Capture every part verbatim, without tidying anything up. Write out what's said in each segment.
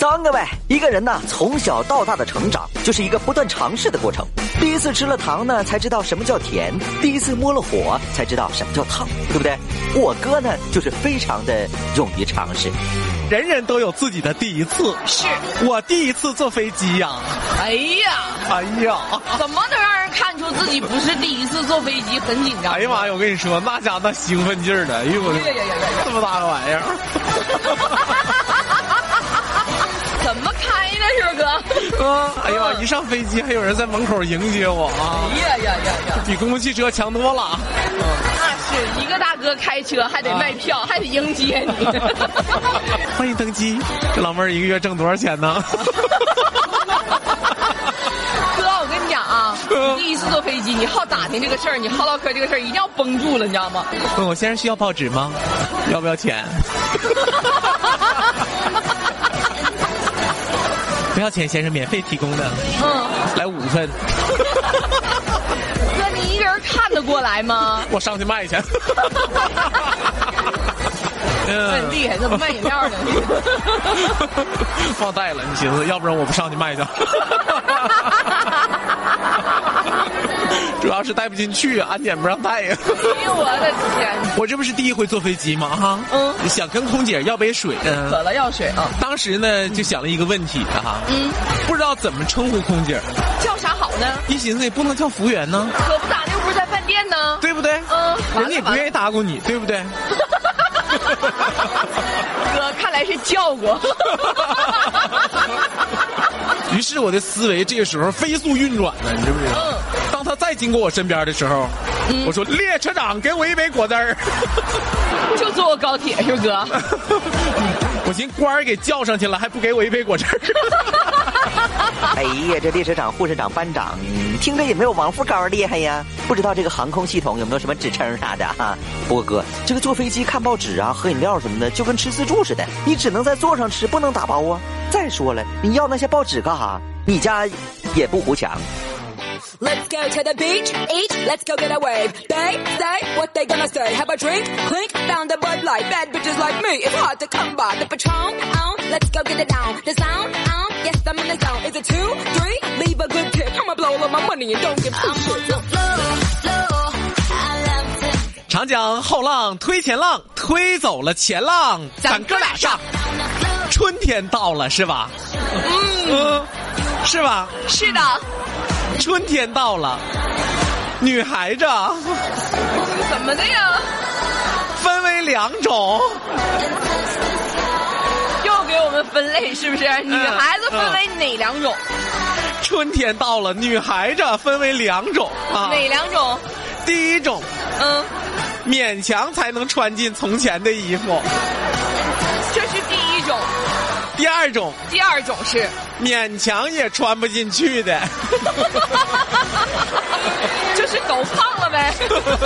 张各位，一个人呢从小到大的成长就是一个不断尝试的过程。第一次吃了糖呢，才知道什么叫甜；第一次摸了火，才知道什么叫烫，对不对？我哥呢，就是非常的勇于尝试。 人人都有自己的第一次， 是我第一次坐飞机呀、啊！ 哎呀， 哎呀， 怎么能让人看出自己不是第一次坐飞机，很紧张？ 哎呀妈呀！我跟你说，那家伙那兴奋劲儿的，哎呦我的，这么大个玩意儿！ 怎么开呢，是哥？ 啊！哎呀妈！一上飞机还有人在门口迎接我啊！ 哎呀呀呀呀！ 比公共汽车强多了。 那是一个大哥开车，还得卖票，啊、还得迎接你。 欢迎登机，这老妹儿一个月挣多少钱呢？ 哥，我跟你讲啊，你第一次坐飞机，你好打听这个事儿，你好唠嗑这个事儿，一定要绷住了，你知道吗？ 问我先生需要报纸吗？要不要钱？不要钱，先生，免费提供的。嗯，来五份。 哥，你一个人看得过来吗？ 我上去卖去。 很厉害，怎么卖饮料呢？ 忘带了，你寻思，要不然我不上去卖去。主要是带不进去，安检不让带呀。 哎呦我的天！ 我这不是第一回坐飞机吗？哈，嗯，想跟空姐要杯水，嗯， 渴了要水啊。 当时呢就想了一个问题哈， 嗯， 不知道怎么称呼空姐， 叫啥好呢？ 一寻思也不能叫服务员呢， 可不咋的，又不是在饭店呢， 对不对？ 嗯， 人家也不愿意答应你，对不对？ 哥，看来是叫过。 于是我的思维这个时候飞速运转了，你知不知道？嗯。当他再经过我身边的时候，嗯、我说：“列车长，给我一杯果汁儿。” 就坐过高铁是哥。 我寻官儿给叫上去了，还不给我一杯果汁儿。 哎呀，这列车长、护士长、班长，听着也没有王副高厉害呀。不知道这个航空系统有没有什么职称啥的哈、啊？不过哥，这个坐飞机看报纸啊、喝饮料什么的，就跟吃自助似的，你只能在座上吃，不能打包啊。再说了，你要那些报纸干哈？你家也不糊墙。 Let's go to the beach, eat, let's go get a wave. They say what they gonna say. Have a drink, clink, found a Bud Light. Bad bitches like me, it's hard to come by. The Patron, on, let's go get it down. The sound, on, yes, I'm in the zone. Is it two, three? Leave a good tip. I'ma blow all my money and don't give two shit. 长江后浪推前浪，推走了前浪，咱哥俩上。春天到了是吧？嗯，嗯是吧？ 是的。 春天到了，女孩子怎么的呀？ 分为两种， 又给我们分类是不是？嗯、女孩子分为哪两种？ 春天到了，女孩子分为两种啊。 哪两种？ 第一种，嗯，勉强才能穿进从前的衣服， 这是第一种。 第二种， 第二种是勉强也穿不进去的， 就是狗胖了呗。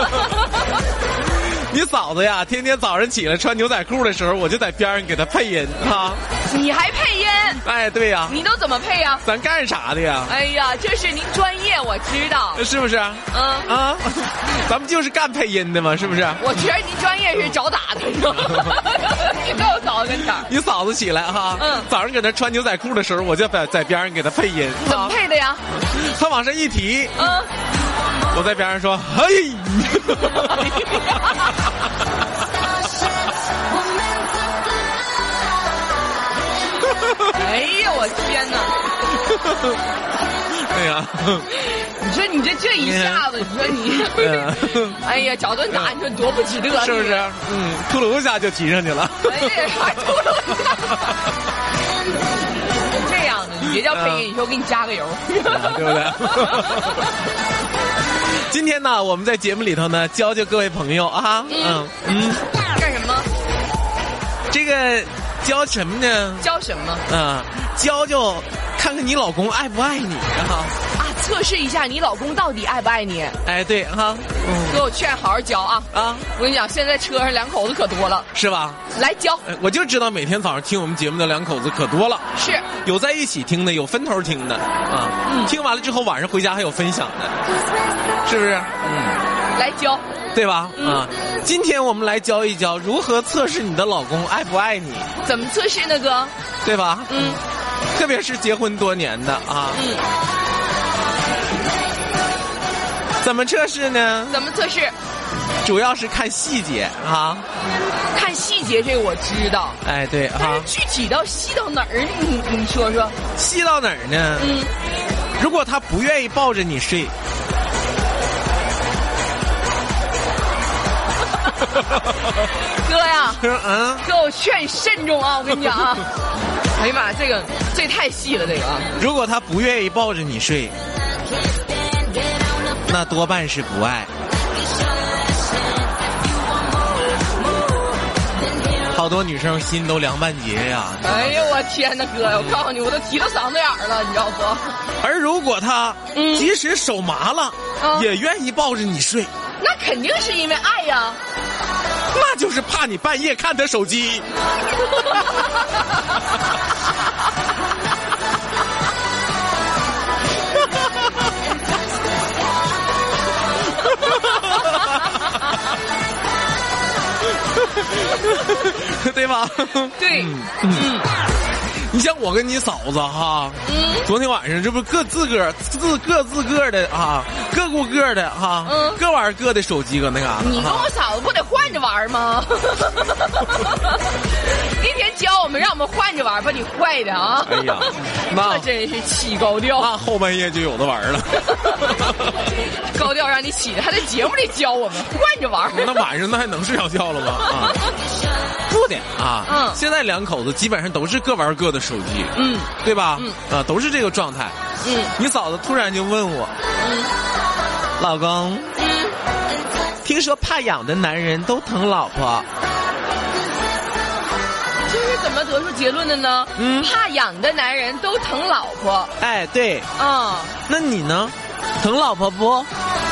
你嫂子呀，天天早上起来穿牛仔裤的时候，我就在边上给她配音哈。 你还配音？ 哎，对呀。 你都怎么配呀？ 咱干啥的呀？ 哎呀，这是您专业，我知道。 是不是？嗯啊，咱们就是干配音的嘛，是不是？ 我觉得您专业是找打的，你跟我嫂子跟前。 你嫂子起来哈，嗯，早上搁那穿牛仔裤的时候，我就在在边上给她配音。 怎么配的呀？ 她往上一提，嗯，我在边上说，嘿。 哎呀，我天哪！ 哎呀， 你说你这这一下子，你说你，哎呀，找顿打，你说多不值得， 是不是？嗯，秃噜一下就提上去了。 哎呀，还秃噜一下。这样的，你别叫配音，你说我给你加个油， 对不对？今天呢，我们在节目里头呢，教教各位朋友啊，嗯嗯， 干什么？ 这个教什么呢？ 教什么？ 嗯，教教看看你老公爱不爱你啊。 啊，测试一下你老公到底爱不爱你。 哎，对哈， 嗯，给我劝好好教啊啊！我跟你讲，现在车上两口子可多了， 是吧？ 来教， 我就知道每天早上听我们节目的两口子可多了， 是有在一起听的，有分头听的啊。嗯，听完了之后晚上回家还有分享的，是不是？嗯， 来教。 对吧？嗯、啊，今天我们来教一教如何测试你的老公爱不爱你。 怎么测试呢，哥？ 对吧？ 嗯， 特别是结婚多年的啊。 嗯。 怎么测试呢？ 怎么测试？ 主要是看细节啊。 看细节这个我知道。 哎，对啊。 但是具体到细到哪儿，你你说说。 细到哪儿呢？ 嗯。 如果他不愿意抱着你睡。 哥呀， 嗯， 哥，我劝你慎重啊！我跟你讲啊，哎呀妈，这个这太细了，这个啊。 如果他不愿意抱着你睡，那多半是不爱。好多女生心都凉半截呀。 哎呦我天哪，哥，我告诉你，我都提到嗓子眼儿了，你知道不？ 而如果他嗯即使手麻了， 嗯也愿意抱着你睡， 那肯定是因为爱呀。 那就是怕你半夜看他手机。对吧？ 对， 嗯嗯， 你像我跟你嫂子哈， 嗯， 昨天晚上这不各自个儿自各自个的啊，各顾各的哈， 嗯， 各玩各的手机搁那嘎达。 你跟我嫂子不得换着玩吗？那天教我们让我们换着玩，把你坏的啊！ 哎呀，那这真是起高调， 那后半夜就有的玩了。 高调让你起的，还在节目里教我们换着玩。 那晚上那还能睡着觉了吗？啊，不的啊， 嗯， 现在两口子基本上都是各玩各的手机， 嗯， 对吧？ 嗯， 啊，都是这个状态。 嗯， 你嫂子突然就问我， 嗯， 老公， 嗯， 听说怕痒的男人都疼老婆。 这是怎么得出结论的呢？ 嗯， 怕痒的男人都疼老婆。 哎，对， 啊、嗯， 那你呢？疼老婆不？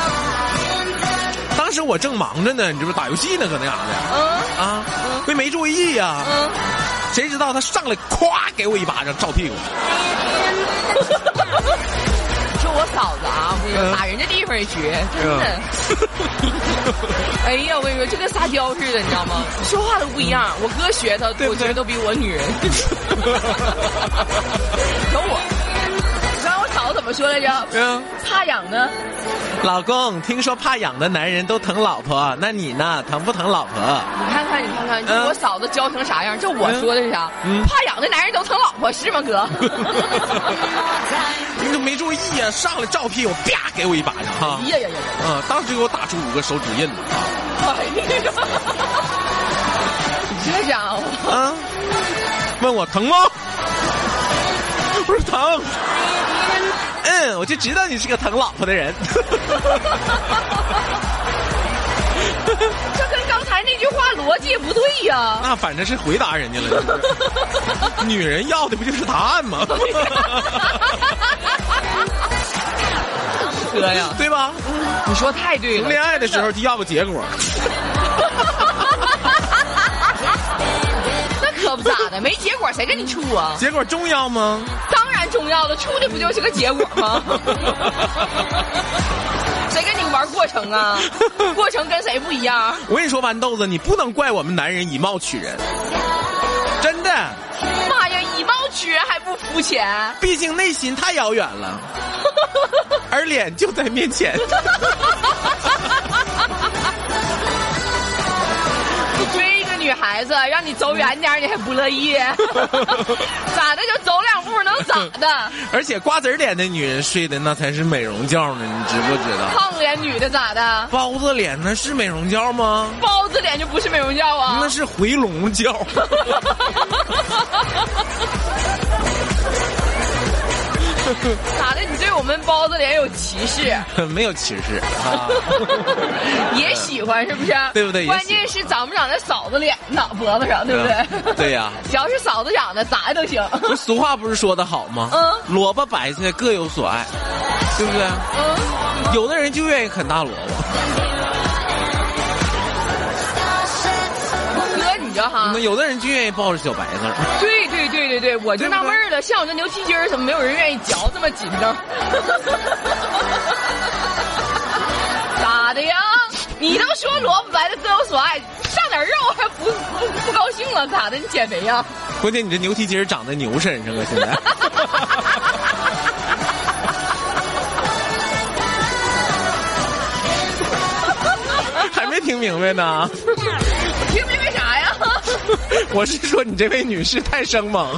当时我正忙着呢，你这不打游戏呢，搁那嘎达。 嗯啊， 嗯， 我也没注意呀、啊。 嗯， 谁知道他上来咵给我一巴掌，照屁股。 说我嫂子啊，我跟你说，打人家地方也绝，真的。哎呀，我跟你说，就跟撒娇似的，你知道吗？说话都不一样。我哥学他，我觉得都比我女人。瞅我，你知道我嫂子怎么说来着？ 嗯， 怕痒呢。 老公，听说怕痒的男人都疼老婆，那你呢？疼不疼老婆？ 你看看，你看看， 嗯、 我嫂子教成啥样？这我说的是啥？ 嗯、 怕痒的男人都疼老婆是吗，哥？ 你都没注意呀、啊，上来照屁股，啪给我一巴掌哈！ 呀呀呀！ 嗯，当时给我打出五个手指印子啊！ 哎呀，这家伙啊，问我疼吗？我说疼。嗯，我就知道你是个疼老婆的人。 这跟刚才那句话逻辑也不对呀。 那反正是回答人家了，是女人要的不就是答案吗？ 哥呀， 对吧？ 你说太对了。 恋爱的时候就要个结果。 那可不咋的，没结果谁跟你处啊？ 结果重要吗？ 当然重要了，处的不就是个结果吗？谁跟你玩过程啊？过程跟谁不一样？ 我跟你说，豌豆子，你不能怪我们男人以貌取人，真的。 妈呀，以貌取人还不肤浅？ 毕竟内心太遥远了，而脸就在面前。 追一个女孩子，让你走远点，你还不乐意？咋的？就走两步能咋的？ 而且瓜子脸的女人睡的那才是美容觉呢，你知不知道？ 胖脸女的咋的？ 包子脸那是美容觉吗？ 包子脸就不是美容觉啊？ 那是回笼觉。 咋的？你对我们包子脸有歧视？ 没有歧视啊， 也喜欢是不是？ 对不对？ 关键是长不长在嫂子脸上、脖子上，对不对？ 对呀、啊， 只要是嫂子长的，咋都行。 俗话不是说的好吗？ 嗯， 萝卜白菜各有所爱，对不对？嗯，有的人就愿意啃大萝卜。 哈， 有的人就愿意抱着小白菜。 对对对对对，我就纳闷了，像我这牛蹄筋儿，怎么没有人愿意嚼这么紧张？咋的呀？ 你都说萝卜白的各有所爱，上点肉还不不不高兴了？咋的？你减肥呀？ 关键你这牛蹄筋长在牛身上啊！现在。还没听明白呢。 听明白啥呀？ 我是说你这位女士太生猛。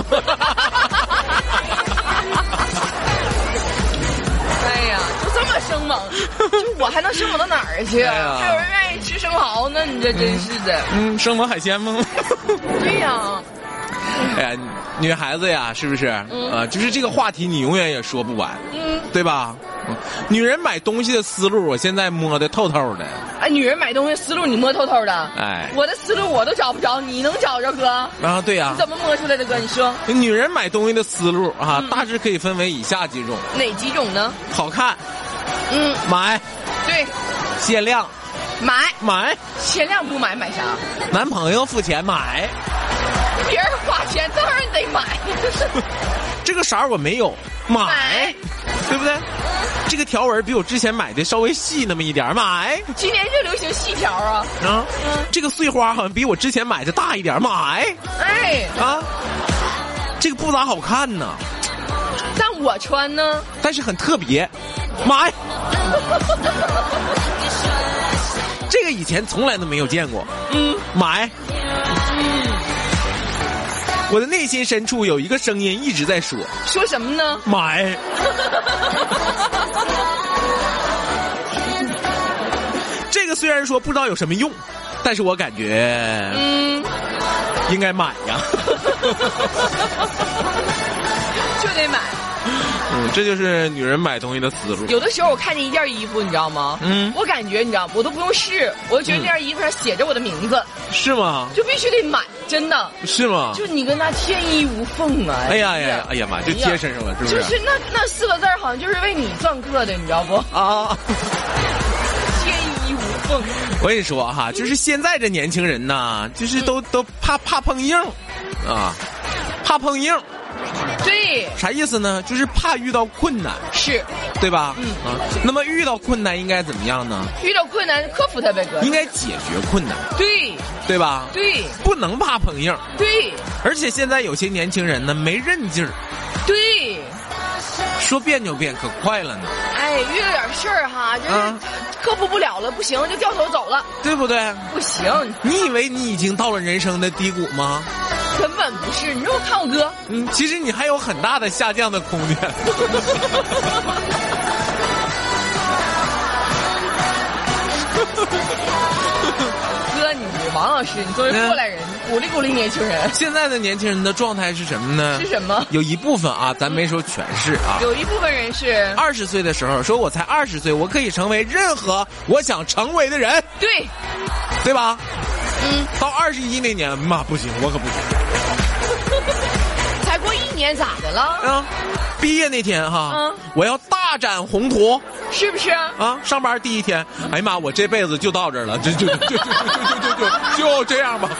哎呀，就这么生猛，就我还能生猛到哪儿去啊？ 哎呀还有人愿意吃生蚝呢？你这真是的。 嗯，生猛海鲜吗？ 对呀。 哎呀，女孩子呀，是不是？嗯、呃，就是这个话题你永远也说不完，嗯，对吧？嗯、女人买东西的思路，我现在摸得透透的。 哎，女人买东西思路你摸透透的。 哎， 我的思路我都找不着，你能找着哥？ 啊，对呀、啊。 你怎么摸出来的哥？你说。 女人买东西的思路啊， 嗯、 大致可以分为以下几种。 哪几种呢？ 好看， 嗯， 买。 对。 限量， 买。 买。 限量不买买啥？ 男朋友付钱买。 别人花钱当然得买。 这个色儿我没有，买， 买对不对？这个条纹比我之前买的稍微细那么一点，买。 今年就流行细条啊。 啊，嗯，这个碎花好像比我之前买的大一点，买。 哎， 啊，这个不咋好看呢。 但我穿呢？ 但是很特别，买。这个以前从来都没有见过，嗯，买。嗯，我的内心深处有一个声音一直在说， 说什么呢？ 买。这个虽然说不知道有什么用，但是我感觉，嗯，应该买呀。 就得买。 嗯，这就是女人买东西的思路。 有的时候我看见一件衣服，你知道吗？嗯，我感觉你知道，我都不用试，我就觉得那件衣服上写着我的名字。嗯、 是吗？ 就必须得买，真的。 是吗？ 就你跟他天衣无缝啊！ 哎呀呀，哎呀妈，就贴身上了，是不是？ 就是那那四个字好像就是为你篆刻的，你知道不？啊。天衣无缝。 我跟你说哈，就是现在这年轻人呐，就是都、嗯、都怕怕碰硬，啊，怕碰硬。 对， 啥意思呢？就是怕遇到困难， 是， 对吧？嗯啊，那么遇到困难应该怎么样呢？ 遇到困难克服它呗，哥。 应该解决困难， 对， 对吧？ 对， 不能怕碰硬， 对。 而且现在有些年轻人呢，没韧劲儿， 对， 说变就变，可快了呢。 哎，遇到点事儿哈，就是、啊、克服不了了，不行就掉头走了， 对不对？ 不行， 你以为你已经到了人生的低谷吗？ 根本不是，你让我看我哥。 嗯，其实你还有很大的下降的空间。 哥，你王老师，你作为过来人，嗯、鼓励鼓励年轻人。 现在的年轻人的状态是什么呢？ 是什么？ 有一部分啊，咱没说全是啊。 有一部分人是二十岁的时候说，我才二十岁，我可以成为任何我想成为的人。 对， 对吧？ 嗯。 到二十一那年，妈不行，我可不行。 才过一年咋的了？ 啊，毕业那天哈， 嗯， 我要大展宏图， 是不是？ 啊，上班第一天，哎呀妈，我这辈子就到这儿了，就就就就就就就就就这样吧，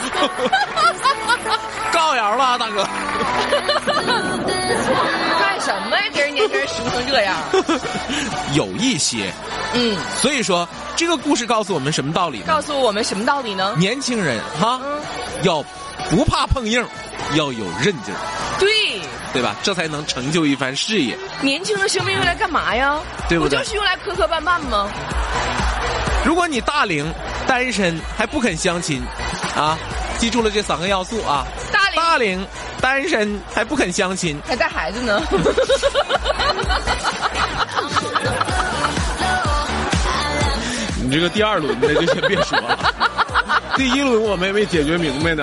告谣了，大哥。 干什么呀？给人年轻人输成这样？ 有一些， 嗯， 所以说这个故事告诉我们什么道理呢？ 告诉我们什么道理呢？ 年轻人哈，嗯、要不怕碰硬，要有韧劲儿。 对， 对吧？这才能成就一番事业。 年轻的生命用来干嘛呀？ 对不对？ 不就是用来磕磕绊绊吗？ 如果你大龄单身还不肯相亲，啊，记住了这三个要素啊。 大龄大龄单身还不肯相亲， 还带孩子呢。 你这个第二轮的就先别说了，第一轮我们也没解决明白呢。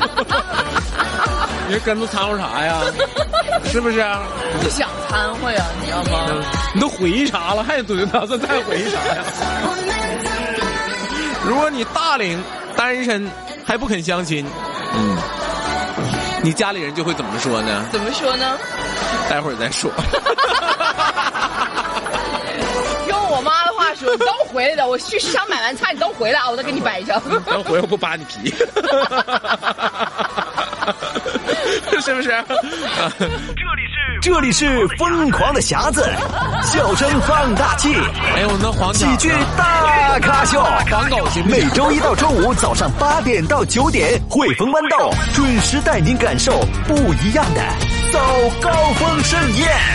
你这跟着掺和啥呀？是不是？ 不想掺和呀，你知道吗？ 你都回啥了，还得打算再回啥呀？如果你大龄单身还不肯相亲，嗯，你家里人就会怎么说呢？ 怎么说呢？ 待会儿再说。 用我妈的话说，你等我回来的，我去市场买完菜，你等我回来啊，我再给你掰上。 等我回来我不扒你皮。是不是？这里是这里是疯狂的匣子，笑声放大器。 哎呦，那黄喜剧大咖秀， 黄狗行不行？ 每周一到周五早上八点到九点，汇丰豌豆准时带您感受不一样的早高峰盛宴。